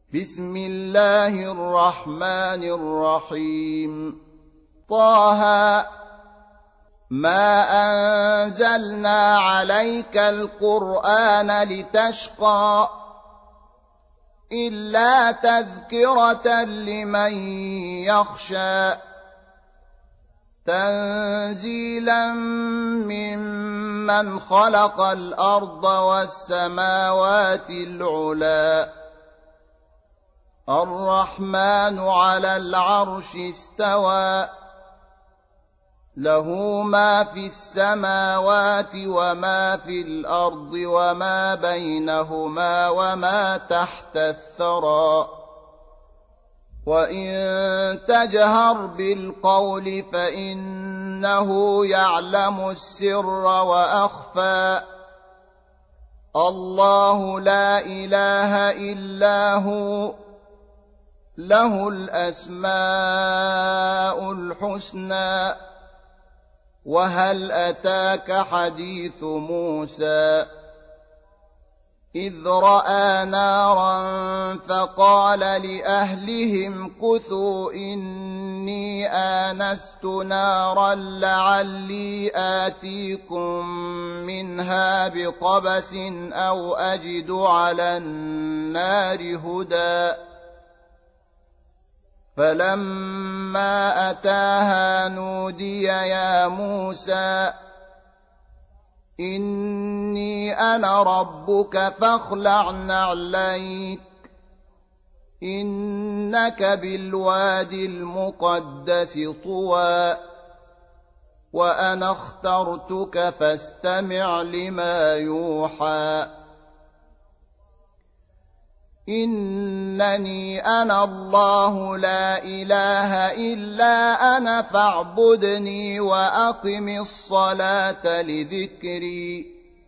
بسم الله الرحمن الرحيم. طه ما أنزلنا عليك القرآن لتشقى إلا تذكرة لمن يخشى تنزيلا ممن خلق الأرض والسماوات العلى الرحمن على العرش استوى له ما في السماوات وما في الأرض وما بينهما وما تحت الثرى وإن تجهر بالقول فإنه يعلم السر وأخفى الله لا إله إلا هو له الأسماء الحسنى وهل أتاك حديث موسى إذ رأى نارا فقال لأهلهم كثوا إني آنست نارا لعلي آتيكم منها بقبس أو أجد على النار هدى فلما أتاها نودي يا موسى إني أنا ربك فاخلع نعليك إنك بالوادي المقدس طوى وأنا اخترتك فاستمع لما يوحى إنني أنا الله لا إله إلا أنا فاعبدني وأقم الصلاة لذكري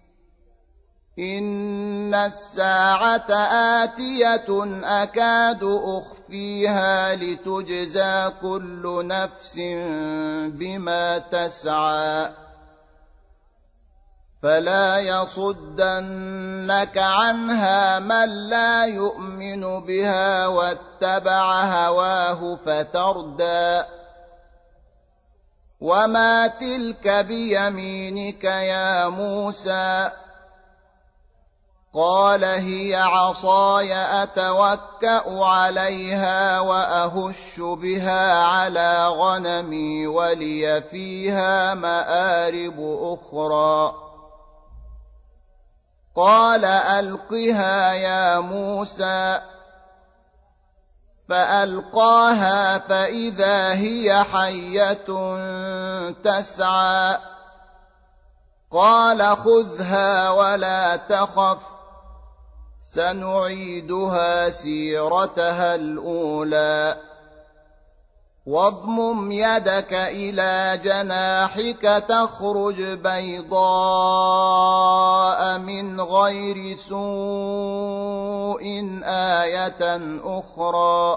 إن الساعة آتية أكاد أخفيها لتجزى كل نفس بما تسعى فلا يصدنك عنها من لا يؤمن بها واتبع هواه فتردى وما تلك بيمينك يا موسى قال هي عصاي أتوكأ عليها وأهش بها على غنمي ولي فيها مآرب أخرى قال ألقها يا موسى فألقاها فإذا هي حية تسعى قال خذها ولا تخف سنعيدها سيرتها الأولى واضمم يدك إلى جناحك تخرج بيضاء من غير سوء آية أخرى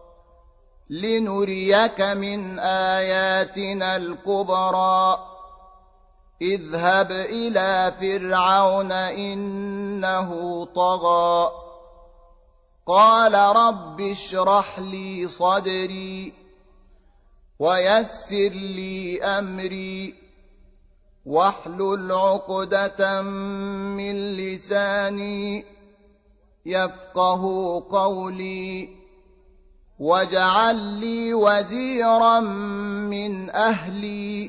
لنريك من آياتنا الكبرى اذهب إلى فرعون إنه طغى قال رب اشرح لي صدري ويسر لي أمري واحلل عقدة من لساني يفقه قولي واجعل لي وزيرا من أهلي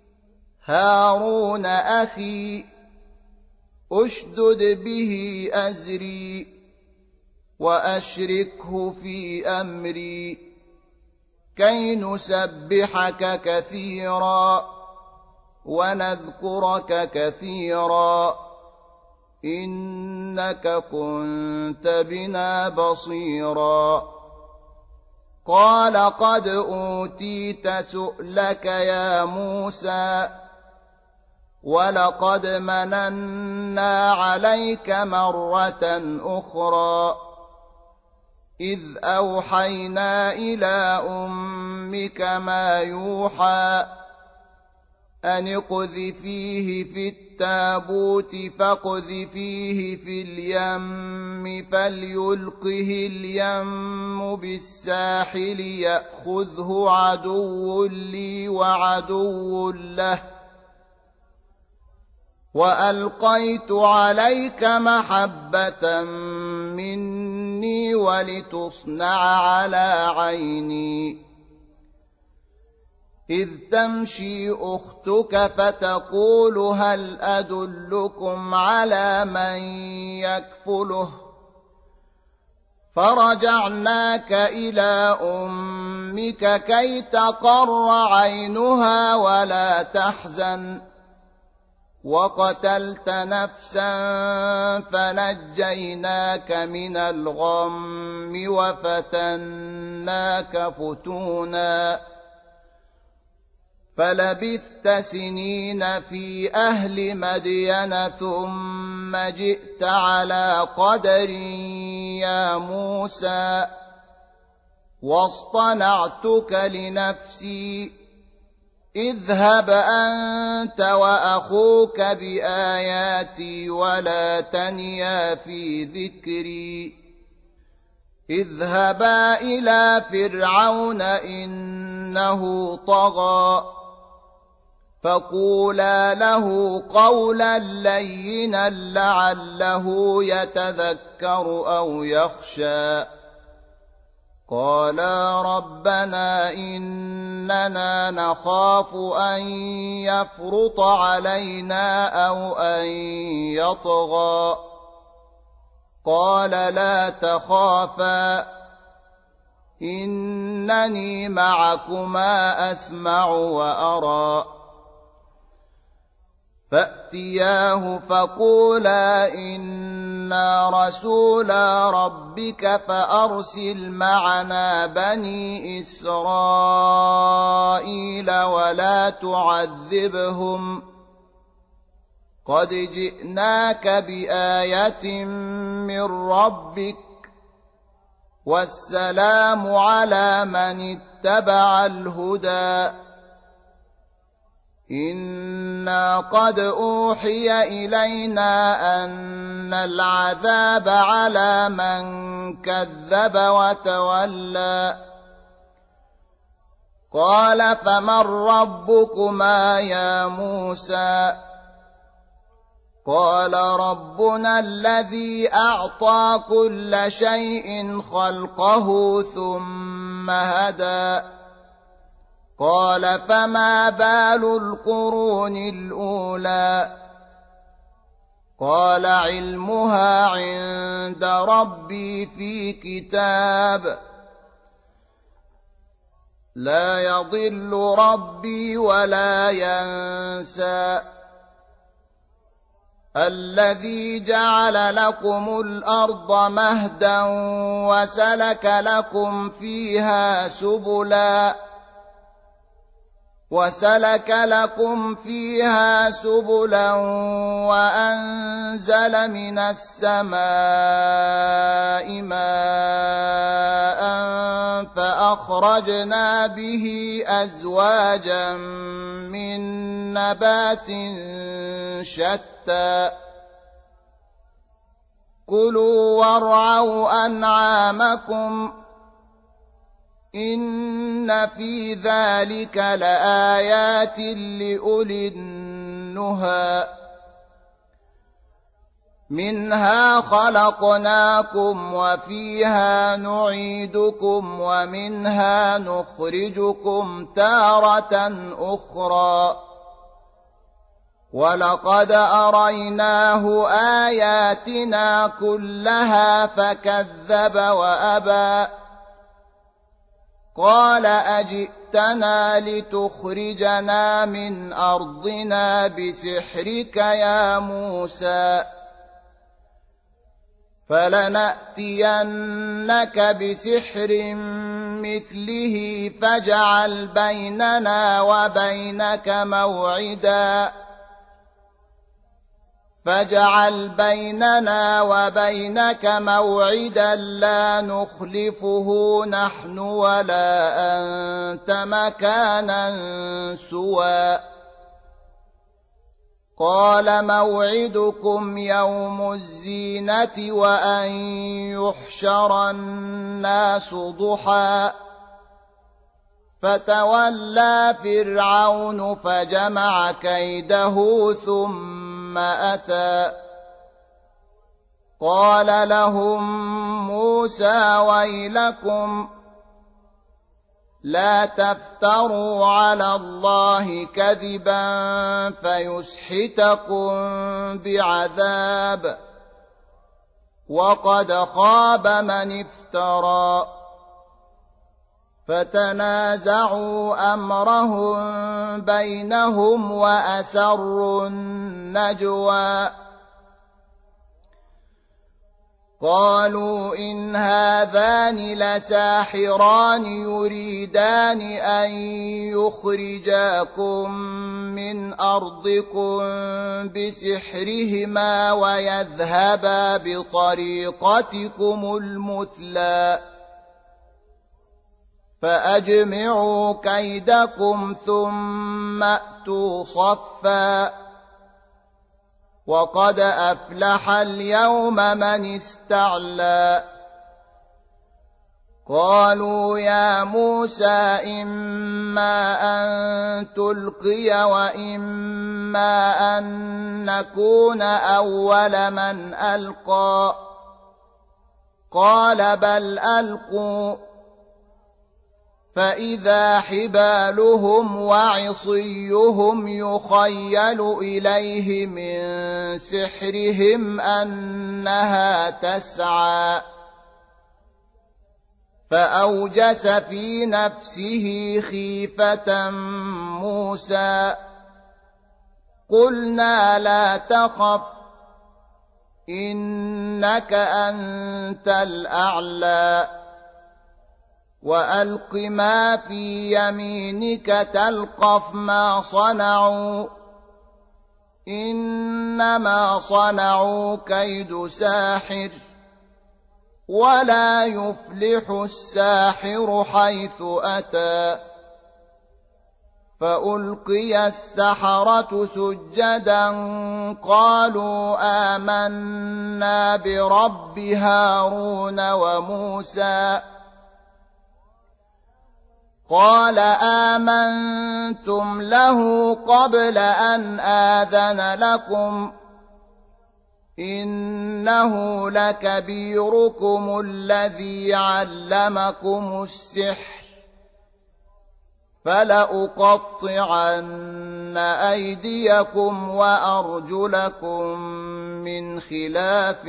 هارون أخي أشدد به أزري وأشركه في أمري كي نسبحك كثيرا ونذكرك كثيرا إنك كنت بنا بصيرا قال قد أوتيت سؤلك يا موسى ولقد مننا عليك مرة أخرى إذ أوحينا إلى أمك ما يوحى أن اقذفيه في التابوت فاقذفيه في اليم فليلقه اليم بالساحل يأخذه عدو لي وعدو له وألقيت عليك محبة مني ولتصنع على عيني إذ تمشي أختك فتقول هل أدلكم على من يكفله فرجعناك إلى أمك كي تقر عينها ولا تحزن وقتلت نفسا فنجيناك من الغم وفتناك فتونا فلبثت سنين في أهل مدين ثم جئت على قدر يا موسى واصطنعتك لنفسي اذهب أنت وأخوك بآياتي ولا تنيا في ذكري اذهبا إلى فرعون إنه طغى فقولا له قولا لينا لعله يتذكر أو يخشى قالا ربنا إننا نخاف أن يفرط علينا أو أن يطغى قال لا تخافا إنني معكما أسمع وأرى فأتياه فقولا إنا رسولا ربك فأرسل معنا بني إسرائيل ولا تعذبهم قد جئناك بآية من ربك والسلام على من اتبع الهدى إنا قد أوحي إلينا أن العذاب على من كذب وتولى قال فمن ربكما يا موسى قال ربنا الذي أعطى كل شيء خلقه ثم هدى قال فما بال القرون الأولى قال علمها عند ربي في كتاب لا يضل ربي ولا ينسى الذي جعل لكم الأرض مهدا وسلك لكم فيها سبلا وأنزل من السماء ماء فأخرجنا به أزواجا من نبات شتى كلوا وارعوا أنعامكم إن في ذلك لآيات لأولي النهى منها خلقناكم وفيها نعيدكم ومنها نخرجكم تارة أخرى ولقد أريناه آياتنا كلها فكذب وأبى قال أجئتنا لتخرجنا من أرضنا بسحرك يا موسى فلنأتينك بسحر مثله فاجعل بيننا وبينك موعدا لا نخلفه نحن ولا أنت مكانا سوى قال موعدكم يوم الزينة وأن يحشر الناس ضحى فتولى فرعون فجمع كيده ثم أتى قال لهم موسى ويلكم لا تفتروا على الله كذبا فيسحتكم بعذاب وقد خاب من افترى فتنازعوا أمرهم بينهم وأسروا النجوى قالوا إن هذان لساحران يريدان أن يخرجاكم من أرضكم بسحرهما ويذهبا بطريقتكم المثلى فأجمعوا كيدكم ثم أتوا صفا وقد أفلح اليوم من استعلى قالوا يا موسى إما أن تلقي وإما أن نكون أول من ألقى قال بل ألقوا فإذا حبالهم وعصيهم يخيل إليه من سحرهم أنها تسعى فأوجس في نفسه خيفة موسى قلنا لا تخف إنك أنت الأعلى وألق ما في يمينك تلقف ما صنعوا إنما صنعوا كيد ساحر ولا يفلح الساحر حيث أتى فألقي السحرة سجدا قالوا آمنا برب هارون وموسى قال آمنتم له قبل أن آذن لكم إنه لكبيركم الذي علمكم السحر فلأقطعن أيديكم وأرجلكم من خلاف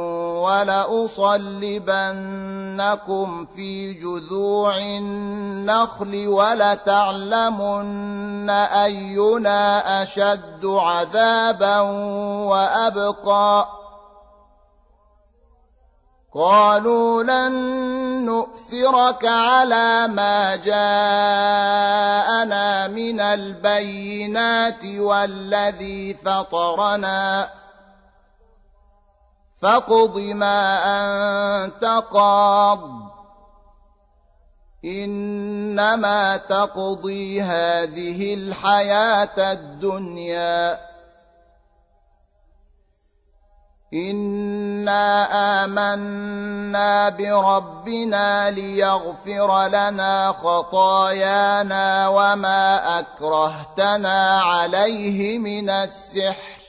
ولأصلبنكم في جذوع النخل ولتعلمن أينا أشد عذابا وأبقى قالوا لن نؤثرك على ما جاءنا من البينات والذي فطرنا فاقض ما أنت قاض إنما تقضي هذه الحياة الدنيا إنا آمنا بربنا ليغفر لنا خطايانا وما أكرهتنا عليه من السحر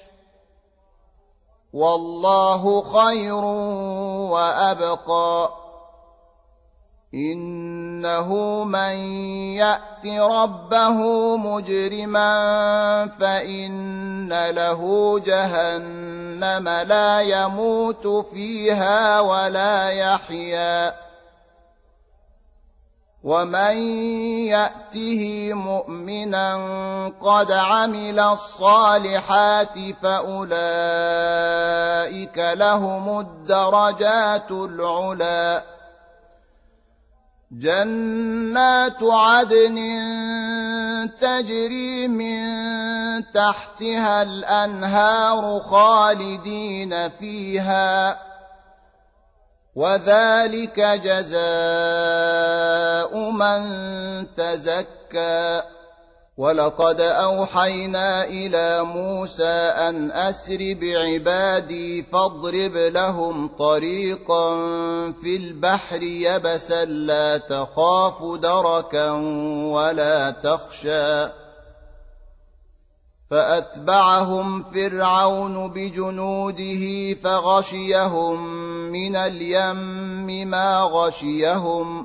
والله خير وأبقى إنه من يأت ربه مجرما فإن له جهنم لا يموت فيها ولا يحيا ومن يأته مؤمنا قد عمل الصالحات فأولئك لهم الدرجات العلى جنات عدن تجري من تحتها الأنهار خالدين فيها وذلك جزاء من تزكى ولقد أوحينا إلى موسى أن أسر بعبادي فاضرب لهم طريقا في البحر يبسا لا تخاف دركا ولا تخشى فأتبعهم فرعون بجنوده فغشيهم من اليم ما غشيهم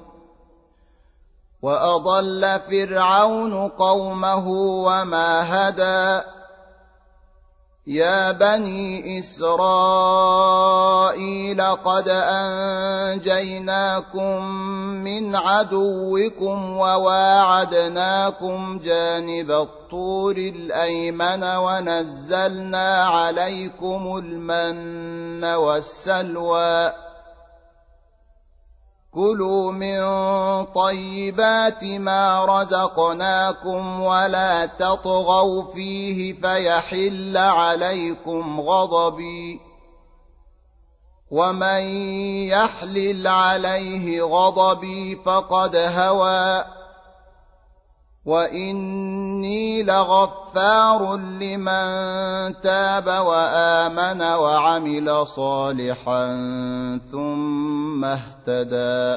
وأضل فرعون قومه وما هدى يا بني إسرائيل قد أنجيناكم من عدوكم وواعدناكم جانب الطور الأيمن ونزلنا عليكم المن والسلوى كلوا من طيبات ما رزقناكم ولا تطغوا فيه فيحل عليكم غضبي ومن يحلل عليه غضبي فقد هوى وإني لغفار لمن تاب وآمن وعمل صالحا ثم اهتدى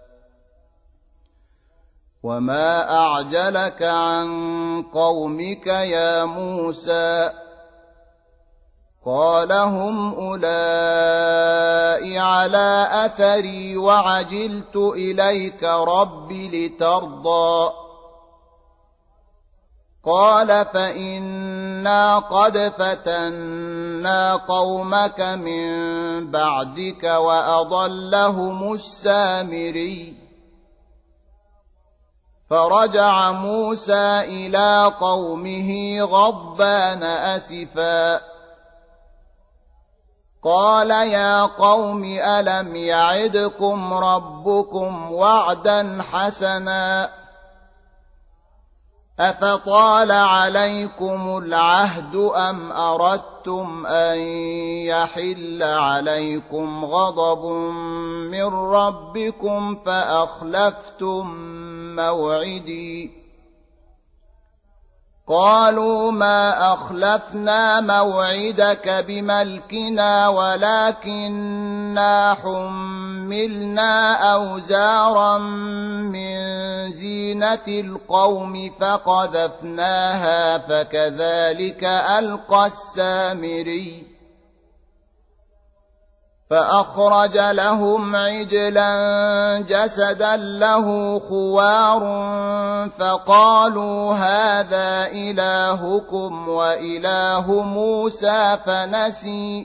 وما أعجلك عن قومك يا موسى قال هم أولئك على أثري وعجلت إليك رب لترضى قال فإنا قد فتنا قومك من بعدك وأضلهم السامري فرجع موسى إلى قومه غضبان أسفا قال يا قوم ألم يعدكم ربكم وعدا حسنا أفطال عليكم العهد أم أردتم أن يحل عليكم غضب من ربكم فأخلفتم موعدي قالوا ما أخلفنا موعدك بملكنا ولكننا حملنا أوزارا من زينة القوم فقذفناها فكذلك ألقى السامري فأخرج لهم عجلا جسدا له خوار فقالوا هذا إلهكم وإله موسى فنسي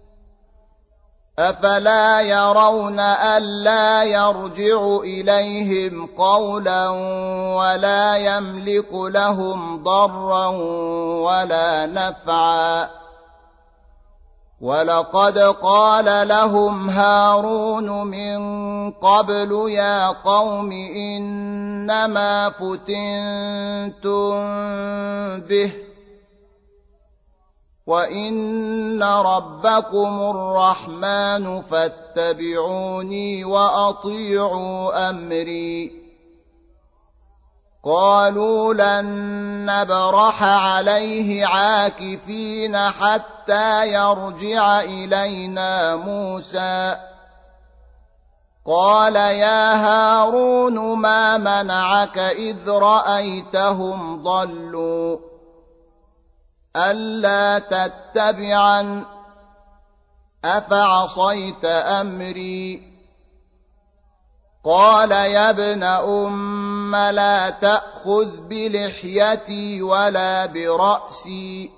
أفلا يرون ألا يرجع إليهم قولا ولا يملك لهم ضرا ولا نفعا ولقد قال لهم هارون من قبل يا قوم إنما فتنتم به وإن ربكم الرحمن فاتبعوني وأطيعوا أمري قالوا لن نبرح عليه عاكفين حتى يرجع إلينا موسى قال يا هارون ما منعك إذ رأيتهم ضلوا ألا تتبعن أفعصيت أمري قال يا ابن أم لا تأخذ بلحيتي ولا برأسي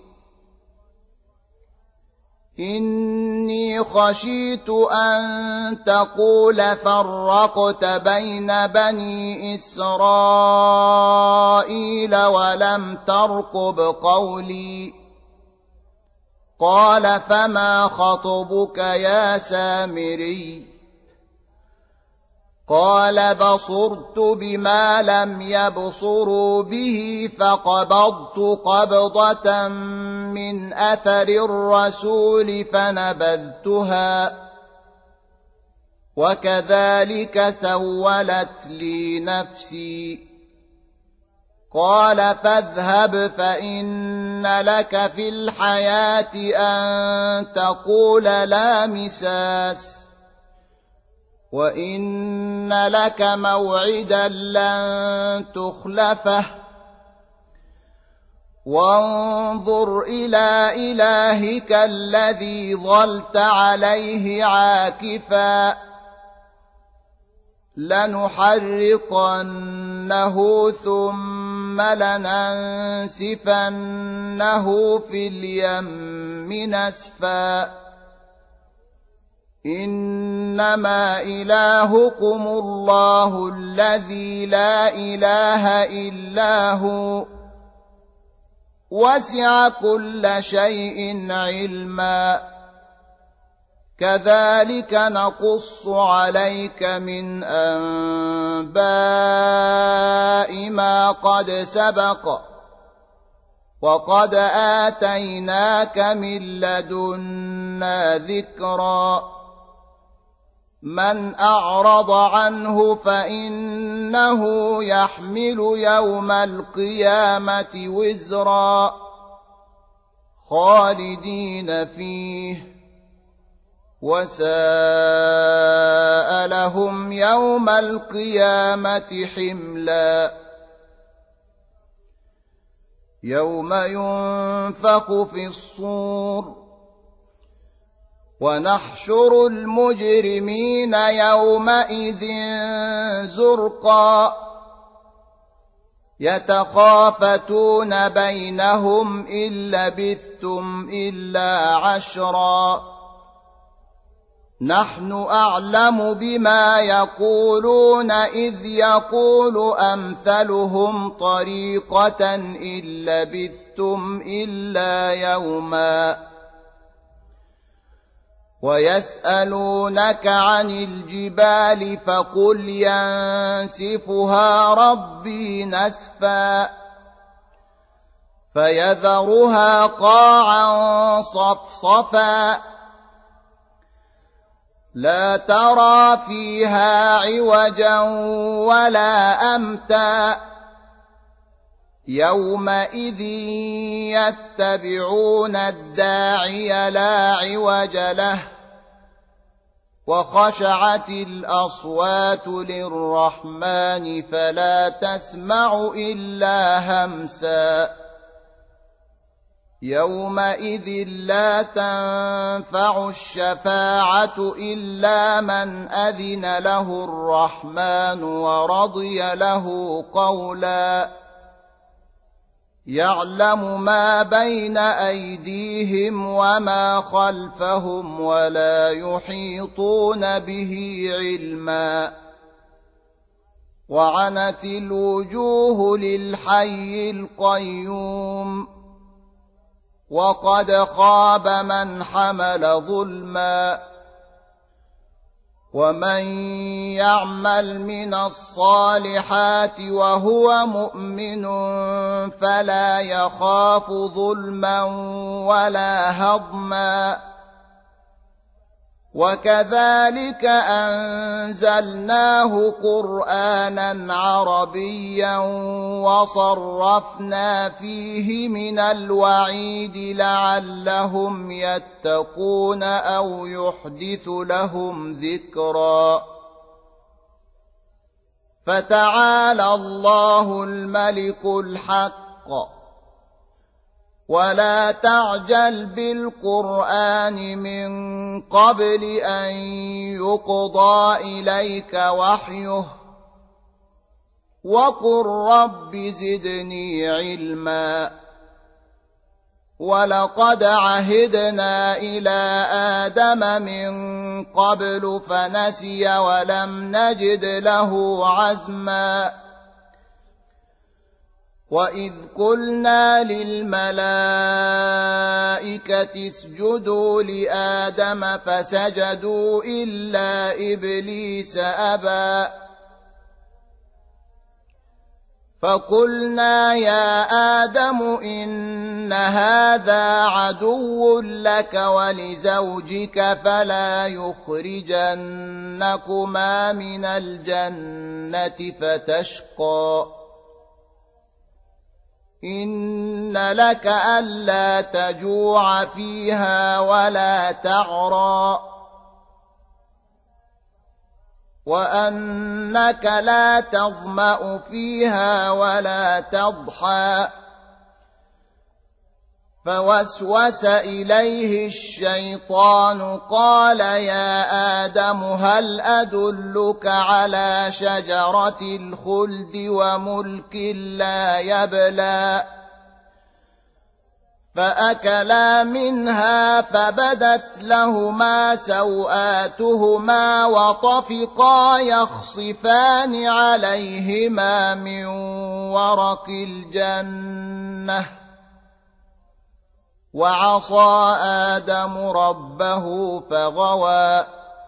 إني خشيت أن تقول فرقت بين بني إسرائيل ولم ترقب قولي قال فما خطبك يا سامري قال بصرت بما لم يبصروا به فقبضت قبضة من أثر الرسول فنبذتها وكذلك سولت لي نفسي قال فاذهب فإن لك في الحياة أن تقول لا مساس وإن لك موعدا لن تخلفه وانظر إلى إلهك الذي ظلت عليه عاكفا لنحرقنه ثم لننسفنه في اليم نسفا إنما إلهكم الله الذي لا إله إلا هو وسع كل شيء علما كذلك نقص عليك من أنباء ما قد سبق وقد آتيناك من لدنا ذكرا من أعرض عنه فإنه يحمل يوم القيامة وزرا خالدين فيه وساء لهم يوم القيامة حملا يوم ينفخ في الصور ونحشر المجرمين يومئذ زرقا يتخافتون بينهم إن لبثتم إلا عشرا نحن أعلم بما يقولون إذ يقول أمثلهم طريقة إن لبثتم إلا يوما ويسألونك عن الجبال فقل ينسفها ربي نسفا فيذرها قاعا صفصفا لا ترى فيها عوجا ولا أمتا يومئذ يتبعون الداعي لا عوج له وخشعت الأصوات للرحمن فلا تسمع إلا همسا يومئذ لا تنفع الشفاعة إلا من أذن له الرحمن ورضي له قولا يعلم ما بين أيديهم وما خلفهم ولا يحيطون به علما وعنت الوجوه للحي القيوم وقد خاب من حمل ظلما ومن يعمل من الصالحات وهو مؤمن فلا يخاف ظلما ولا هضما وكذلك أنزلناه قرآنا عربيا وصرفنا فيه من الوعيد لعلهم يتقون أو يحدث لهم ذكرا فتعالى الله الملك الحق ولا تعجل بالقرآن من قبل أن يقضى إليك وحيه وقل رب زدني علما ولقد عهدنا إلى آدم من قبل فنسي ولم نجد له عزما وإذ قلنا للملائكة اسجدوا لآدم فسجدوا إلا إبليس أبى فقلنا يا آدم إن هذا عدو لك ولزوجك فلا يخرجنكما من الجنة فتشقى إن لك ألا تجوع فيها ولا تعرى وأنك لا تظمأ فيها ولا تضحى فوسوس إليه الشيطان قال يا آدم هل أدلك على شجرة الخلد وملك لا يبلى فأكلا منها فبدت لهما سوآتهما وطفقا يخصفان عليهما من ورق الجنة وعصى آدم ربه فغوى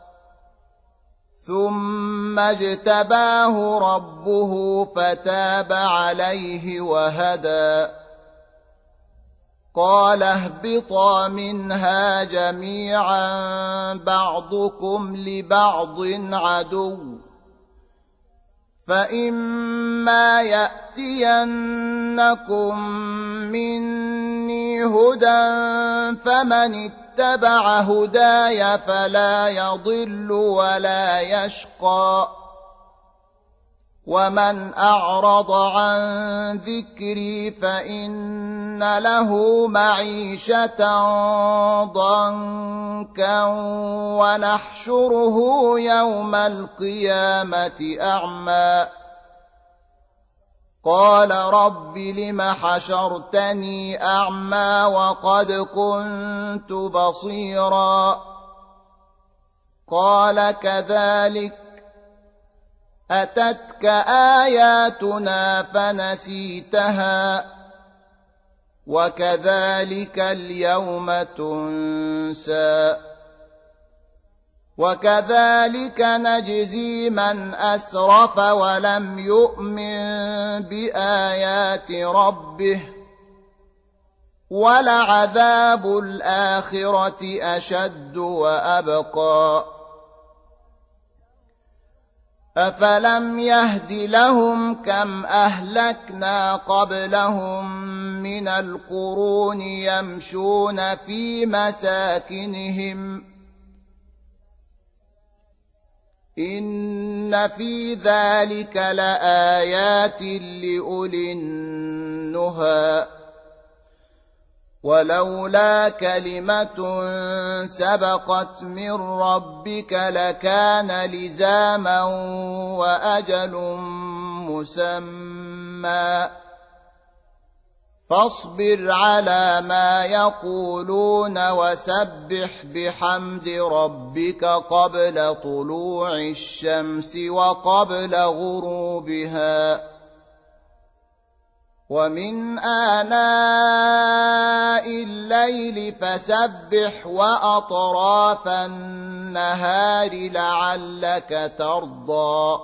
ثم اجتباه ربه فتاب عليه وهدى قال اهبطا منها جميعا بعضكم لبعض عدو فإما يأتينكم مني هدى فمن اتبع هداي فلا يضل ولا يشقى ومن أعرض عن ذكري فإن له معيشة ضنكا ونحشره يوم القيامة أعمى قال رب لم حشرتني أعمى وقد كنت بصيرا قال كذلك أتتك آياتنا فنسيتها وكذلك اليوم تنسى وكذلك نجزي من أسرف ولم يؤمن بآيات ربه ولعذاب الآخرة أشد وأبقى أفلم يهد لهم كم أهلكنا قبلهم من القرون يمشون في مساكنهم إن في ذلك لآيات لأولي النهى ولولا كلمة سبقت من ربك لكان لزاما وأجل مسمى فاصبر على ما يقولون وسبح بحمد ربك قبل طلوع الشمس وقبل غروبها ومن آناء الليل فسبح وأطراف النهار لعلك ترضى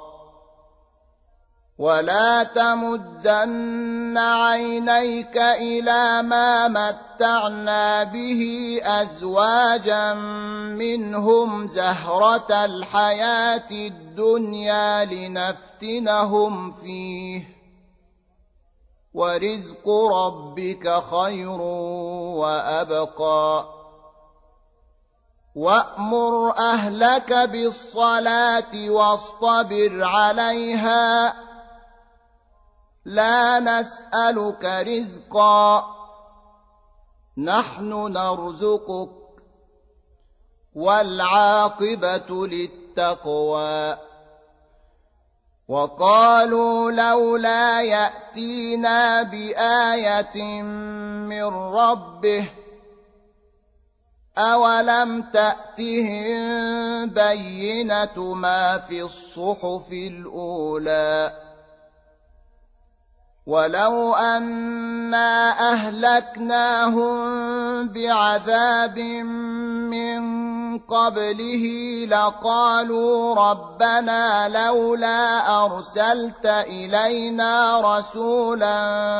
ولا تمدن عينيك إلى ما متعنا به أزواجا منهم زهرة الحياة الدنيا لنفتنهم فيه ورزق ربك خير وأبقى وأمر أهلك بالصلاة واصطبر عليها لا نسألك رزقا نحن نرزقك والعاقبة للتقوى وقالوا لولا يأتينا بآية من ربه أولم تأتهم بينة ما في الصحف الأولى ولو أنا أهلكناهم بعذاب من قبله لقالوا ربنا لولا أرسلت إلينا رسولا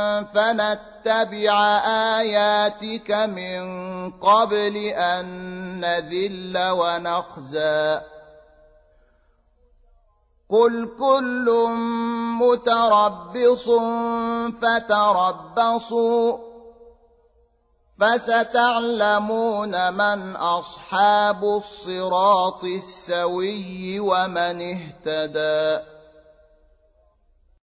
فنتبع آياتك من قبل أن نذل ونخزى قل كل متربص فتربصوا فستعلمون من أصحاب الصراط السوي ومن اهتدى.